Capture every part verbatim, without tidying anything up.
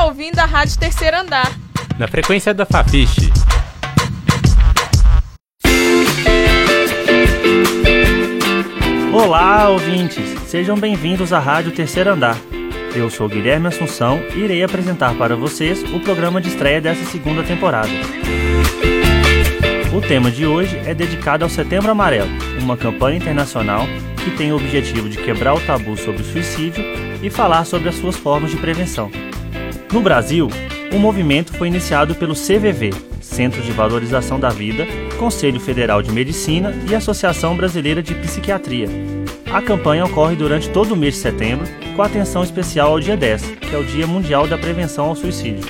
está ouvindo a Rádio Terceiro Andar, na frequência da Fafiche. Olá, ouvintes! Sejam bem-vindos à Rádio Terceiro Andar. Eu sou Guilherme Assunção e irei apresentar para vocês o programa de estreia dessa segunda temporada. O tema de hoje é dedicado ao Setembro Amarelo, uma campanha internacional que tem o objetivo de quebrar o tabu sobre o suicídio e falar sobre as suas formas de prevenção. No Brasil, o movimento foi iniciado pelo C V V, Centro de Valorização da Vida, Conselho Federal de Medicina e Associação Brasileira de Psiquiatria. A campanha ocorre durante todo o mês de setembro, com atenção especial ao dia dez, que é o Dia Mundial da Prevenção ao Suicídio.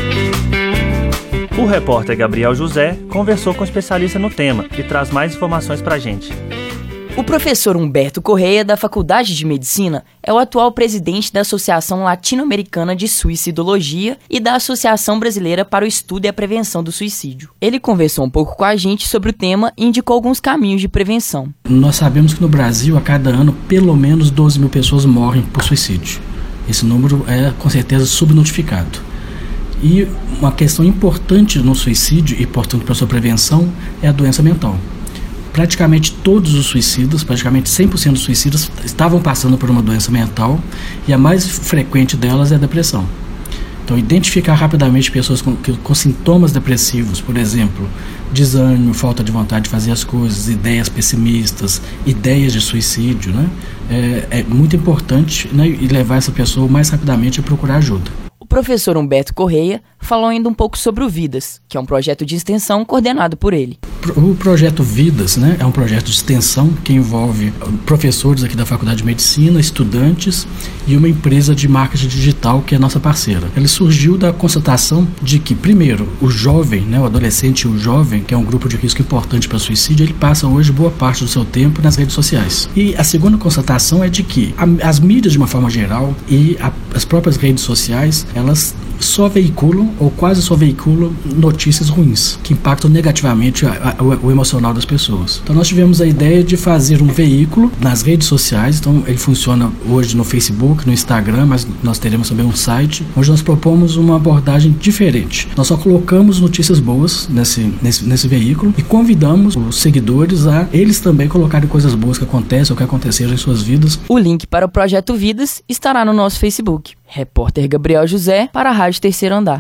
O repórter Gabriel José conversou com um especialista no tema e traz mais informações pra gente. O professor Humberto Correia, da Faculdade de Medicina, é o atual presidente da Associação Latino-Americana de Suicidologia e da Associação Brasileira para o Estudo e a Prevenção do Suicídio. Ele conversou um pouco com a gente sobre o tema e indicou alguns caminhos de prevenção. Nós sabemos que no Brasil, a cada ano, pelo menos doze mil pessoas morrem por suicídio. Esse número é, com certeza, subnotificado. E uma questão importante no suicídio e, portanto, para a sua prevenção, é a doença mental. Praticamente todos os suicidas, praticamente cem por cento dos suicidas estavam passando por uma doença mental e a mais frequente delas é a depressão. Então, identificar rapidamente pessoas com, com sintomas depressivos, por exemplo, desânimo, falta de vontade de fazer as coisas, ideias pessimistas, ideias de suicídio, né? é, é muito importante, né? E levar essa pessoa o mais rapidamente a procurar ajuda. O professor Humberto Correia falou ainda um pouco sobre o Vidas, que é um projeto de extensão coordenado por ele. O projeto Vidas, né, é um projeto de extensão que envolve professores aqui da Faculdade de Medicina, estudantes e uma empresa de marketing digital que é nossa parceira. Ele surgiu da constatação de que, primeiro, o jovem, né, o adolescente e o jovem, que é um grupo de risco importante para suicídio, ele passa hoje boa parte do seu tempo nas redes sociais. E a segunda constatação é de que a, as mídias, de uma forma geral, e a, as próprias redes sociais, elas só veiculam ou quase só veiculam notícias ruins, que impactam negativamente a, a, o, o emocional das pessoas. Então nós tivemos a ideia de fazer um veículo nas redes sociais. Então ele funciona hoje no Facebook, no Instagram, mas nós teremos também um site, onde nós propomos uma abordagem diferente. Nós só colocamos notícias boas nesse, nesse, nesse veículo e convidamos os seguidores a eles também colocarem coisas boas que acontecem ou que aconteceram em suas vidas. O link para o Projeto Vidas estará no nosso Facebook. Repórter Gabriel José para a Rádio Terceiro Andar.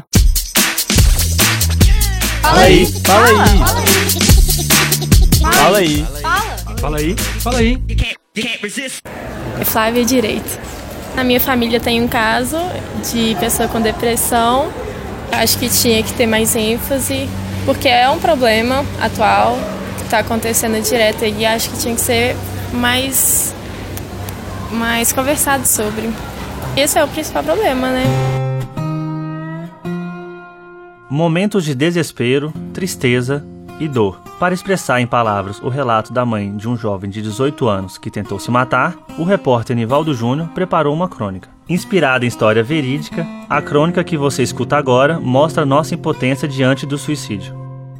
Fala aí, fala aí. Fala aí. Fala aí. Fala aí. É Flávia Direito. Na minha família tem um caso de pessoa com depressão. Acho que tinha que ter mais ênfase, porque é um problema atual que está acontecendo direto e acho que tinha que ser mais, mais conversado sobre. Esse é o principal problema, né? Momentos de desespero, tristeza e dor. Para expressar em palavras o relato da mãe de um jovem de dezoito anos que tentou se matar, o repórter Nivaldo Júnior preparou uma crônica. Inspirada em história verídica, a crônica que você escuta agora mostra nossa impotência diante do suicídio.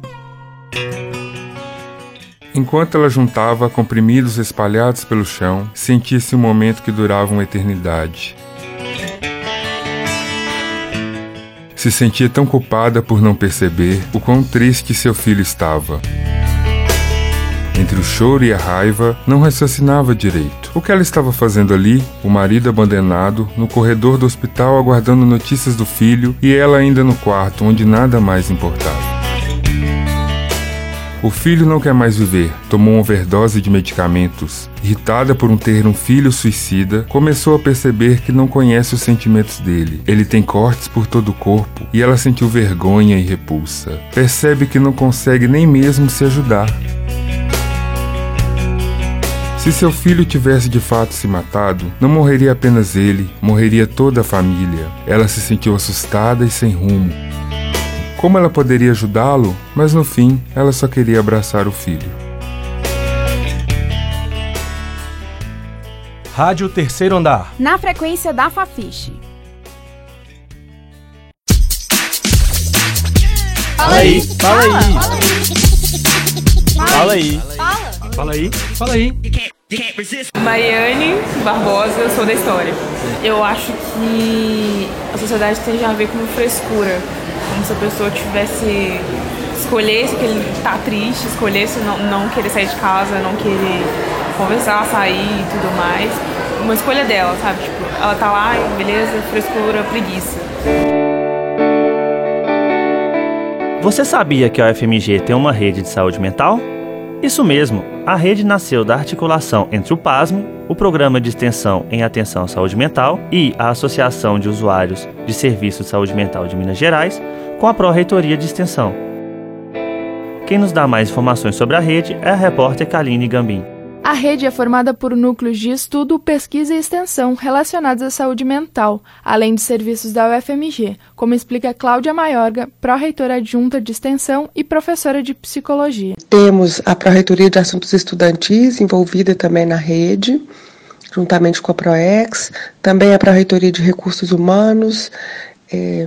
Enquanto ela juntava comprimidos espalhados pelo chão, sentia-se um momento que durava uma eternidade. Se sentia tão culpada por não perceber o quão triste seu filho estava. Entre o choro e a raiva, não raciocinava direito. O que ela estava fazendo ali? O marido abandonado, no corredor do hospital aguardando notícias do filho e ela ainda no quarto, onde nada mais importava. O filho não quer mais viver, tomou uma overdose de medicamentos. Irritada por não ter um filho suicida, começou a perceber que não conhece os sentimentos dele. Ele tem cortes por todo o corpo e ela sentiu vergonha e repulsa. Percebe que não consegue nem mesmo se ajudar. Se seu filho tivesse de fato se matado, não morreria apenas ele, morreria toda a família. Ela se sentiu assustada e sem rumo. Como ela poderia ajudá-lo? Mas no fim, ela só queria abraçar o filho. Rádio Terceiro Andar, na frequência da Fafiche. Fala aí, fala aí. Fala aí. Fala. Fala aí, fala aí. Maiane Barbosa, eu sou da História. Eu acho que a sociedade tem a ver com frescura, como se a pessoa tivesse escolhesse que ele tá triste, escolhesse não, não querer sair de casa, não querer conversar, sair e tudo mais. Uma escolha dela, sabe? Tipo, ela tá lá, beleza, frescura, preguiça. Você sabia que a U F M G tem uma rede de saúde mental? Isso mesmo, a rede nasceu da articulação entre o PASME, o Programa de Extensão em Atenção à Saúde Mental e a Associação de Usuários de Serviços de Saúde Mental de Minas Gerais, com a Pró-Reitoria de Extensão. Quem nos dá mais informações sobre a rede é a repórter Kaline Gambim. A rede é formada por núcleos de estudo, pesquisa e extensão relacionados à saúde mental, além de serviços da U F M G, como explica Cláudia Maiorga, pró-reitora adjunta de extensão e professora de psicologia. Temos a Pró-Reitoria de Assuntos Estudantis envolvida também na rede, juntamente com a PROEX, também a Pró-Reitoria de Recursos Humanos, é,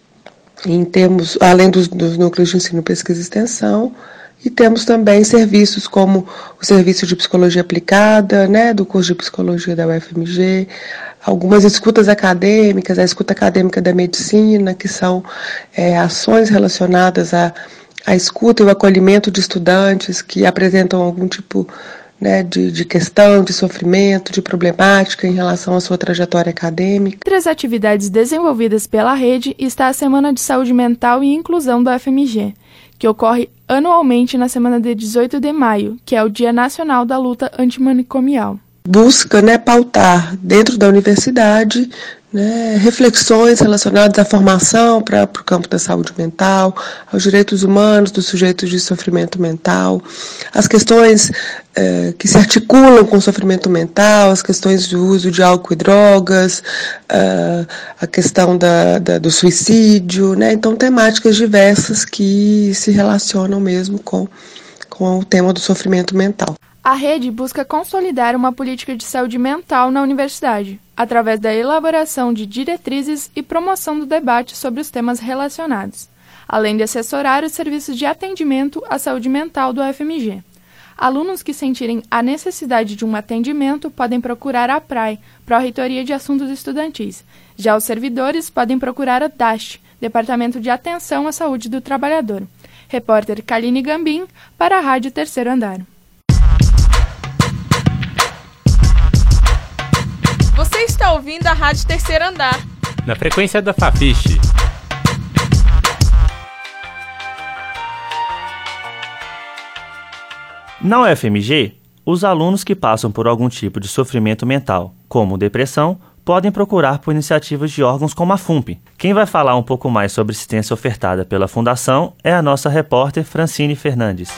e temos, além dos, dos núcleos de ensino, pesquisa e extensão, e temos também serviços como o serviço de psicologia aplicada, né, do curso de psicologia da U F M G, algumas escutas acadêmicas, a escuta acadêmica da medicina, que são é, ações relacionadas à, à escuta e o acolhimento de estudantes que apresentam algum tipo, né, de, de questão, de sofrimento, de problemática em relação à sua trajetória acadêmica. Entre as atividades desenvolvidas pela rede está a Semana de Saúde Mental e Inclusão da U F M G, que ocorre anualmente na semana de dezoito de maio, que é o Dia Nacional da Luta Antimanicomial. Busca, né, pautar dentro da universidade, né, reflexões relacionadas à formação para o campo da saúde mental, aos direitos humanos dos sujeitos de sofrimento mental, as questões eh, que se articulam com o sofrimento mental, as questões do uso de álcool e drogas, uh, a questão da, da, do suicídio, né, então temáticas diversas que se relacionam mesmo com, com o tema do sofrimento mental. A rede busca consolidar uma política de saúde mental na universidade, através da elaboração de diretrizes e promoção do debate sobre os temas relacionados, além de assessorar os serviços de atendimento à saúde mental do U F M G. Alunos que sentirem a necessidade de um atendimento podem procurar a P R A I, Pró-Reitoria de Assuntos Estudantis. Já os servidores podem procurar a D A S T, Departamento de Atenção à Saúde do Trabalhador. Repórter Kaline Gambim, para a Rádio Terceiro Andar. Você está ouvindo a Rádio Terceiro Andar, na frequência da Fafiche. Na U F M G, os alunos que passam por algum tipo de sofrimento mental, como depressão, podem procurar por iniciativas de órgãos como a FUNP. Quem vai falar um pouco mais sobre assistência ofertada pela Fundação é a nossa repórter Francine Fernandes.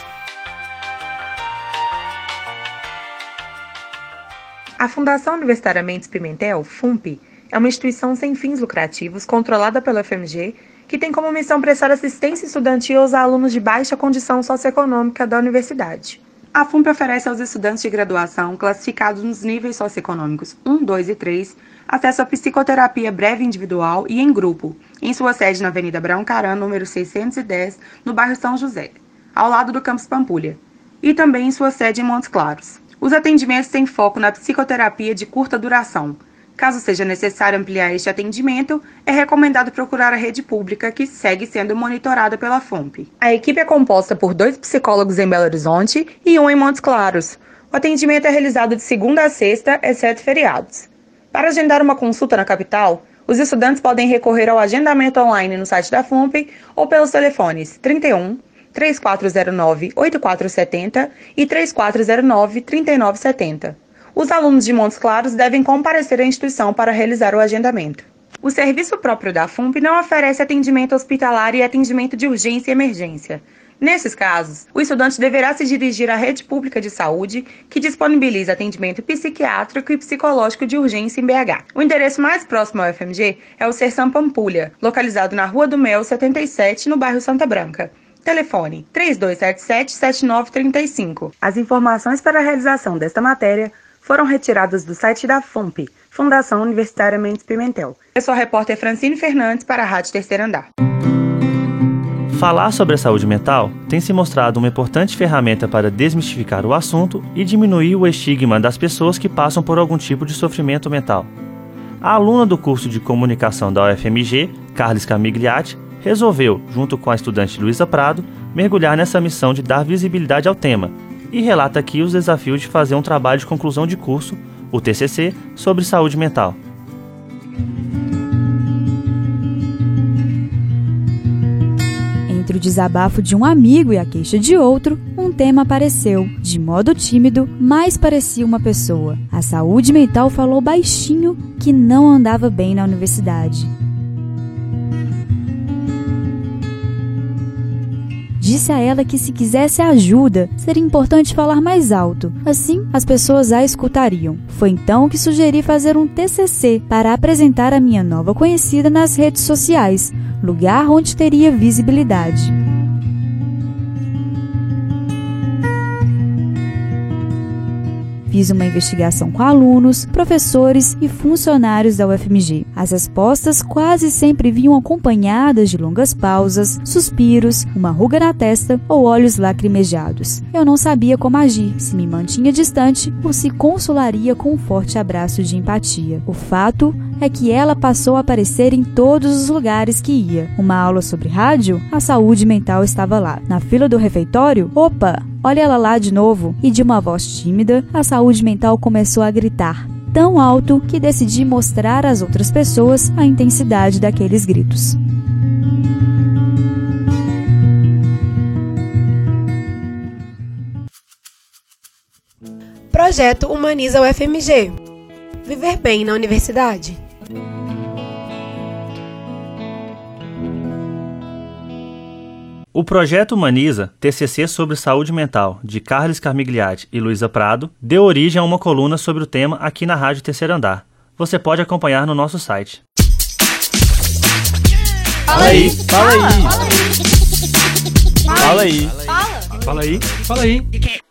A Fundação Universitária Mendes Pimentel, FUNP, é uma instituição sem fins lucrativos controlada pela U F M G que tem como missão prestar assistência estudantil aos alunos de baixa condição socioeconômica da universidade. A FUNP oferece aos estudantes de graduação classificados nos níveis socioeconômicos um, dois e três acesso à psicoterapia breve individual e em grupo, em sua sede na Avenida Abraão Caran, número seiscentos e dez, no bairro São José, ao lado do campus Pampulha, e também em sua sede em Montes Claros. Os atendimentos têm foco na psicoterapia de curta duração. Caso seja necessário ampliar este atendimento, é recomendado procurar a rede pública, que segue sendo monitorada pela FUNP. A equipe é composta por dois psicólogos em Belo Horizonte e um em Montes Claros. O atendimento é realizado de segunda a sexta, exceto feriados. Para agendar uma consulta na capital, os estudantes podem recorrer ao agendamento online no site da FUNP ou pelos telefones trinta e um, três quatro zero nove, oito quatro sete zero e três quatro zero nove, três nove sete zero. Os alunos de Montes Claros devem comparecer à instituição para realizar o agendamento. O serviço próprio da FUNP não oferece atendimento hospitalar e atendimento de urgência e emergência. Nesses casos, o estudante deverá se dirigir à rede pública de saúde, que disponibiliza atendimento psiquiátrico e psicológico de urgência em B H. O endereço mais próximo ao U F M G é o Serção Pampulha, localizado na Rua do Mel setenta e sete, no bairro Santa Branca. Telefone três dois sete sete, sete nove três cinco. As informações para a realização desta matéria foram retiradas do site da FUNP, Fundação Universitária Mendes Pimentel. Eu sou a repórter Francine Fernandes para a Rádio Terceiro Andar. Falar sobre a saúde mental tem se mostrado uma importante ferramenta para desmistificar o assunto e diminuir o estigma das pessoas que passam por algum tipo de sofrimento mental. A aluna do curso de comunicação da U F M G, Carles Camigliati, resolveu, junto com a estudante Luísa Prado, mergulhar nessa missão de dar visibilidade ao tema e relata aqui os desafios de fazer um trabalho de conclusão de curso, o T C C, sobre saúde mental. Entre o desabafo de um amigo e a queixa de outro, um tema apareceu. De modo tímido, mas parecia uma pessoa. A saúde mental falou baixinho que não andava bem na universidade. Disse a ela que se quisesse ajuda, seria importante falar mais alto. Assim, as pessoas a escutariam. Foi então que sugeri fazer um T C C para apresentar a minha nova conhecida nas redes sociais, lugar onde teria visibilidade. Fiz uma investigação com alunos, professores e funcionários da U F M G. As respostas quase sempre vinham acompanhadas de longas pausas, suspiros, uma ruga na testa ou olhos lacrimejados. Eu não sabia como agir, se me mantinha distante ou se consolaria com um forte abraço de empatia. O fato é que ela passou a aparecer em todos os lugares que ia. Uma aula sobre rádio, a saúde mental estava lá. Na fila do refeitório, opa! Olha ela lá de novo, e de uma voz tímida, a saúde mental começou a gritar, tão alto que decidi mostrar às outras pessoas a intensidade daqueles gritos. Projeto Humaniza U F M G. Viver bem na universidade. O projeto Humaniza, T C C sobre saúde mental, de Carles Camigliati e Luísa Prado, deu origem a uma coluna sobre o tema aqui na Rádio Terceiro Andar. Você pode acompanhar no nosso site. Fala aí! Fala aí! Fala aí! Fala aí! Fala aí!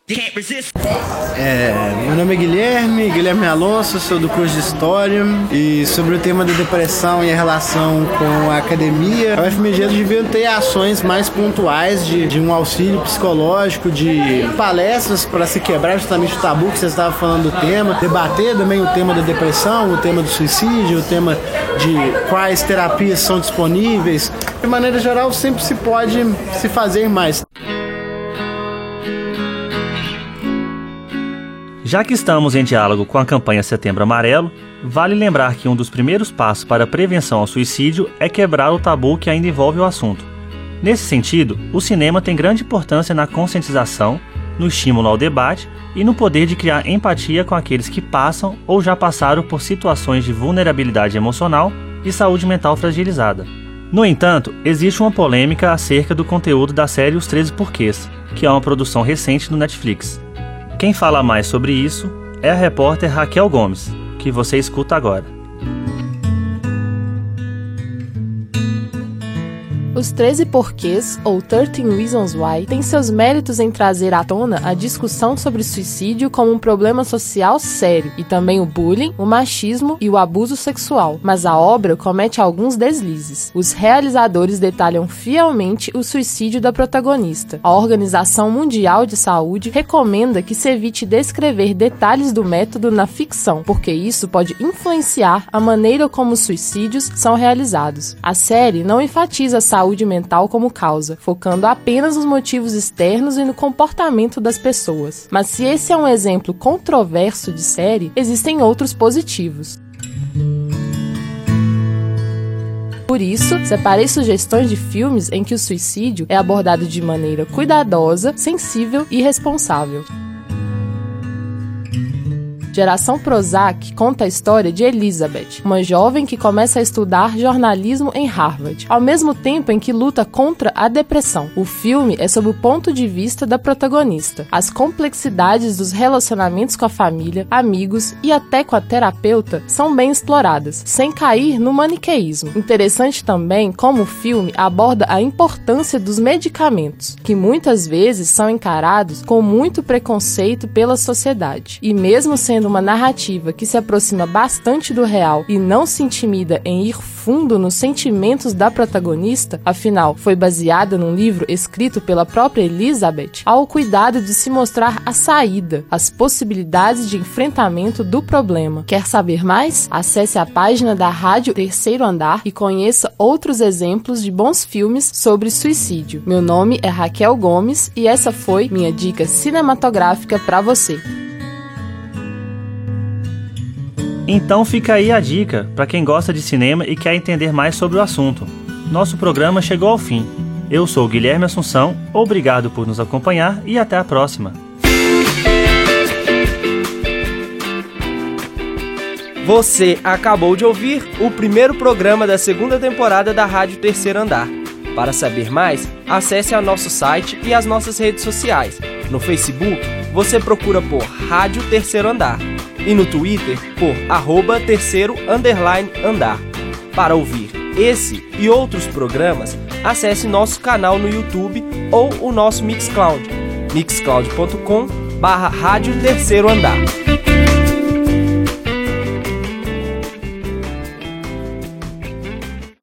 É, meu nome é Guilherme, Guilherme Alonso, sou do curso de História, e sobre o tema da depressão e a relação com a academia, a U F M G devia ter ações mais pontuais de, de um auxílio psicológico, de palestras para se quebrar justamente o tabu que você estava falando do tema, debater também o tema da depressão, o tema do suicídio, o tema de quais terapias são disponíveis. De maneira geral, sempre se pode se fazer mais. Já que estamos em diálogo com a campanha Setembro Amarelo, vale lembrar que um dos primeiros passos para a prevenção ao suicídio é quebrar o tabu que ainda envolve o assunto. Nesse sentido, o cinema tem grande importância na conscientização, no estímulo ao debate e no poder de criar empatia com aqueles que passam ou já passaram por situações de vulnerabilidade emocional e saúde mental fragilizada. No entanto, existe uma polêmica acerca do conteúdo da série Os treze Porquês, que é uma produção recente do Netflix. Quem fala mais sobre isso é a repórter Raquel Gomes, que você escuta agora. Os treze Porquês, ou treze Reasons Why, tem seus méritos em trazer à tona a discussão sobre suicídio como um problema social sério, e também o bullying, o machismo e o abuso sexual. Mas a obra comete alguns deslizes. Os realizadores detalham fielmente o suicídio da protagonista. A Organização Mundial de Saúde recomenda que se evite descrever detalhes do método na ficção, porque isso pode influenciar a maneira como os suicídios são realizados. A série não enfatiza a saúde saúde mental como causa, focando apenas nos motivos externos e no comportamento das pessoas. Mas se esse é um exemplo controverso de série, existem outros positivos. Por isso, separei sugestões de filmes em que o suicídio é abordado de maneira cuidadosa, sensível e responsável. Geração Prozac conta a história de Elizabeth, uma jovem que começa a estudar jornalismo em Harvard, ao mesmo tempo em que luta contra a depressão. O filme é sob o ponto de vista da protagonista. As complexidades dos relacionamentos com a família, amigos e até com a terapeuta são bem exploradas, sem cair no maniqueísmo. Interessante também como o filme aborda a importância dos medicamentos, que muitas vezes são encarados com muito preconceito pela sociedade. E mesmo sendo uma narrativa que se aproxima bastante do real e não se intimida em ir fundo nos sentimentos da protagonista, afinal, foi baseada num livro escrito pela própria Elizabeth, há o cuidado de se mostrar a saída, as possibilidades de enfrentamento do problema. Quer saber mais? Acesse a página da Rádio Terceiro Andar e conheça outros exemplos de bons filmes sobre suicídio. Meu nome é Raquel Gomes e essa foi minha dica cinematográfica para você. Então fica aí a dica para quem gosta de cinema e quer entender mais sobre o assunto. Nosso programa chegou ao fim. Eu sou Guilherme Assunção, obrigado por nos acompanhar e até a próxima. Você acabou de ouvir o primeiro programa da segunda temporada da Rádio Terceiro Andar. Para saber mais, acesse ao nosso site e as nossas redes sociais. No Facebook, você procura por Rádio Terceiro Andar e no Twitter por arroba terceiro underline andar. Para ouvir esse e outros programas, acesse nosso canal no YouTube ou o nosso Mixcloud, mixcloud ponto com barra Rádio Terceiro Andar.